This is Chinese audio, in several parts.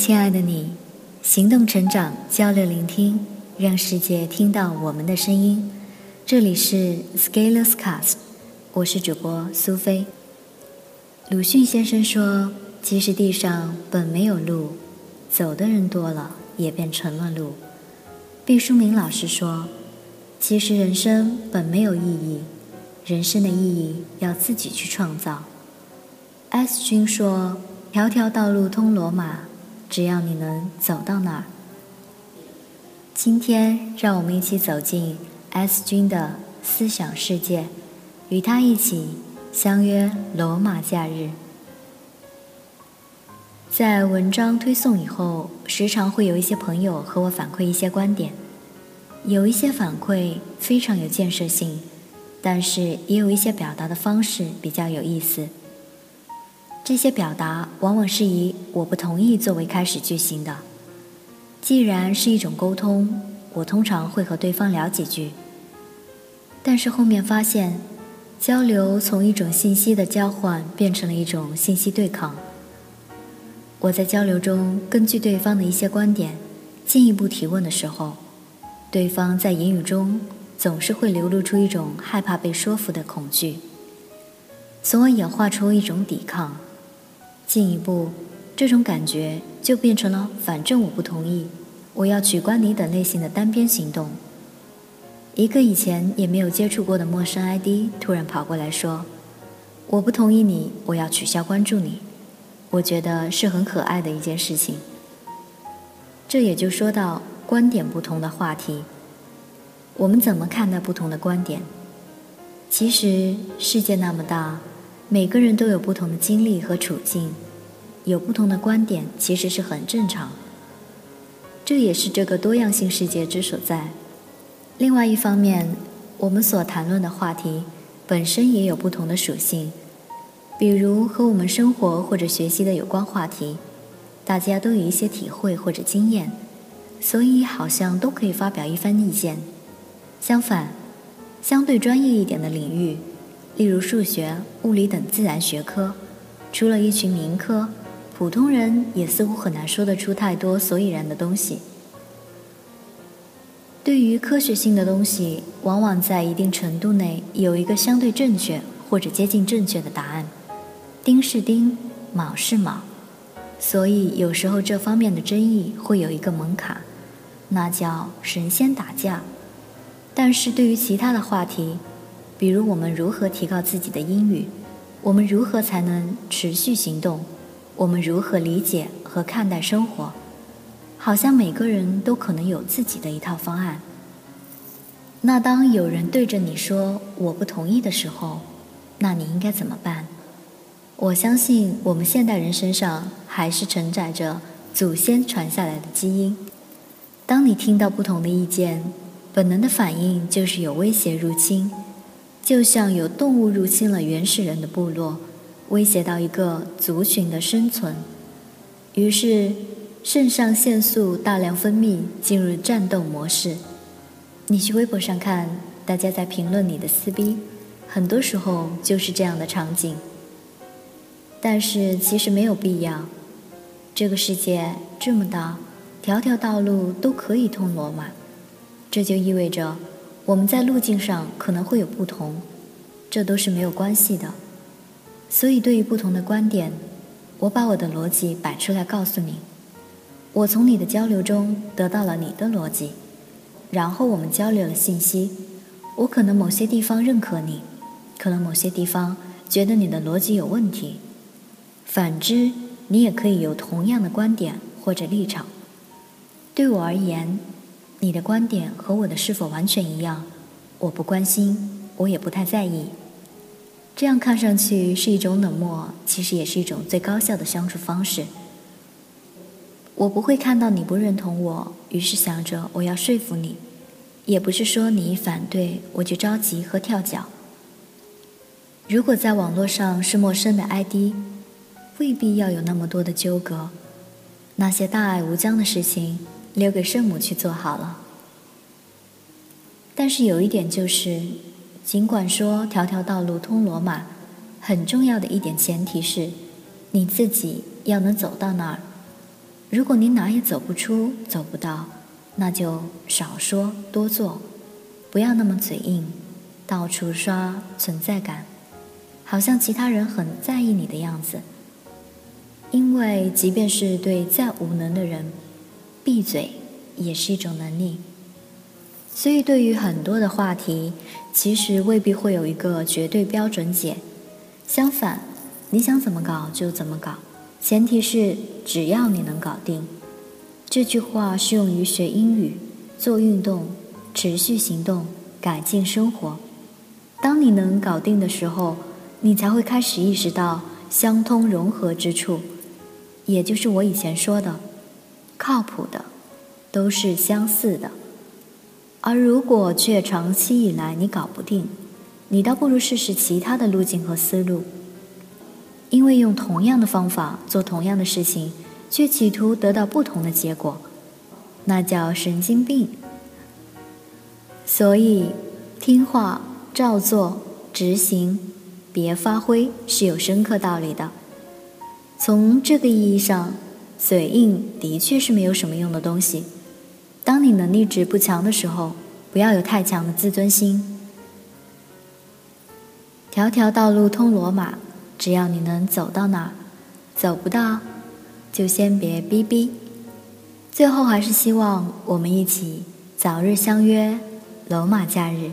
亲爱的你，行动成长，交流聆听，让世界听到我们的声音。这里是 Scalers Cast， 我是主播苏菲。鲁迅先生说，即使地上本没有路，走的人多了，也便成了路。毕淑敏老师说，其实人生本没有意义，人生的意义要自己去创造。S 君说，条条道路通罗马，只要你能走到那儿。今天让我们一起走进 S 君的思想世界，与他一起相约罗马假日。在文章推送以后，时常会有一些朋友和我反馈一些观点，有一些反馈非常有建设性，但是也有一些表达的方式比较有意思。这些表达往往是以我不同意作为开始句型的。既然是一种沟通，我通常会和对方聊几句，但是后面发现交流从一种信息的交换变成了一种信息对抗。我在交流中根据对方的一些观点进一步提问的时候，对方在言语中总是会流露出一种害怕被说服的恐惧，从而演化出一种抵抗。进一步，这种感觉就变成了反正我不同意，我要取关你等类型的单边行动。一个以前也没有接触过的陌生 ID 突然跑过来说，我不同意你，我要取消关注你。我觉得是很可爱的一件事情。这也就说到观点不同的话题，我们怎么看待不同的观点？其实世界那么大，每个人都有不同的经历和处境，有不同的观点其实是很正常。这也是这个多样性世界之所在。另外一方面，我们所谈论的话题本身也有不同的属性，比如和我们生活或者学习的有关话题，大家都有一些体会或者经验，所以好像都可以发表一番意见。相反，相对专业一点的领域，例如数学、物理等自然学科，除了一群名科，普通人也似乎很难说得出太多所以然的东西。对于科学性的东西，往往在一定程度内有一个相对正确或者接近正确的答案，丁是丁，卯是卯，所以有时候这方面的争议会有一个门槛，那叫神仙打架。但是对于其他的话题，比如我们如何提高自己的英语，我们如何才能持续行动，我们如何理解和看待生活，好像每个人都可能有自己的一套方案。那当有人对着你说我不同意的时候，那你应该怎么办？我相信我们现代人身上还是承载着祖先传下来的基因。当你听到不同的意见，本能的反应就是有威胁入侵，就像有动物入侵了原始人的部落，威胁到一个族群的生存。于是肾上腺素大量分泌，进入战斗模式。你去微博上看，大家在评论你的撕逼，很多时候就是这样的场景。但是其实没有必要，这个世界这么大，条条道路都可以通罗马，这就意味着我们在路径上可能会有不同，这都是没有关系的。所以对于不同的观点，我把我的逻辑摆出来告诉你，我从你的交流中得到了你的逻辑，然后我们交流了信息，我可能某些地方认可你，可能某些地方觉得你的逻辑有问题，反之你也可以有同样的观点或者立场。对我而言，你的观点和我的是否完全一样，我不关心，我也不太在意。这样看上去是一种冷漠，其实也是一种最高效的相处方式。我不会看到你不认同我，于是想着我要说服你，也不是说你一反对我就着急和跳脚。如果在网络上是陌生的 ID， 未必要有那么多的纠葛，那些大爱无疆的事情留给圣母去做好了。但是有一点就是，尽管说条条道路通罗马，很重要的一点前提是你自己要能走到那儿。 如果你哪也走不出、走不到，那就少说多做，不要那么嘴硬，到处刷存在感，好像其他人很在意你的样子。因为即便是对再无能的人，闭嘴也是一种能力。所以对于很多的话题，其实未必会有一个绝对标准解。相反，你想怎么搞就怎么搞，前提是只要你能搞定。这句话适用于学英语、做运动、持续行动、改进生活。当你能搞定的时候，你才会开始意识到相通融合之处，也就是我以前说的，靠谱的都是相似的。而如果却长期以来你搞不定，你倒不如试试其他的路径和思路。因为用同样的方法做同样的事情，却企图得到不同的结果，那叫神经病。所以听话、照做、执行，别发挥是有深刻道理的。从这个意义上，嘴硬的确是没有什么用的东西。当你能力值不强的时候，不要有太强的自尊心。条条道路通罗马，只要你能走到哪，走不到就先别逼逼。最后还是希望我们一起早日相约罗马假日。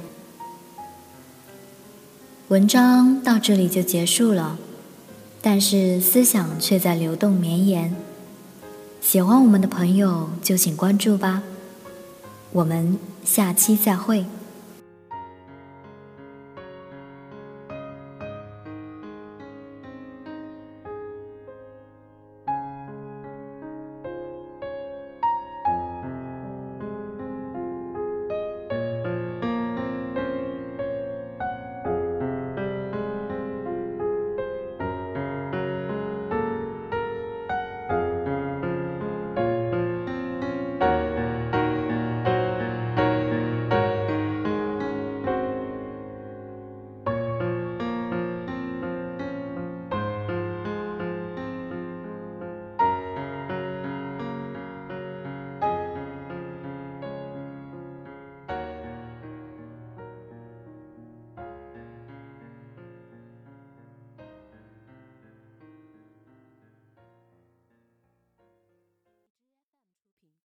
文章到这里就结束了，但是思想却在流动绵延。喜欢我们的朋友就请关注吧，我们下期再会。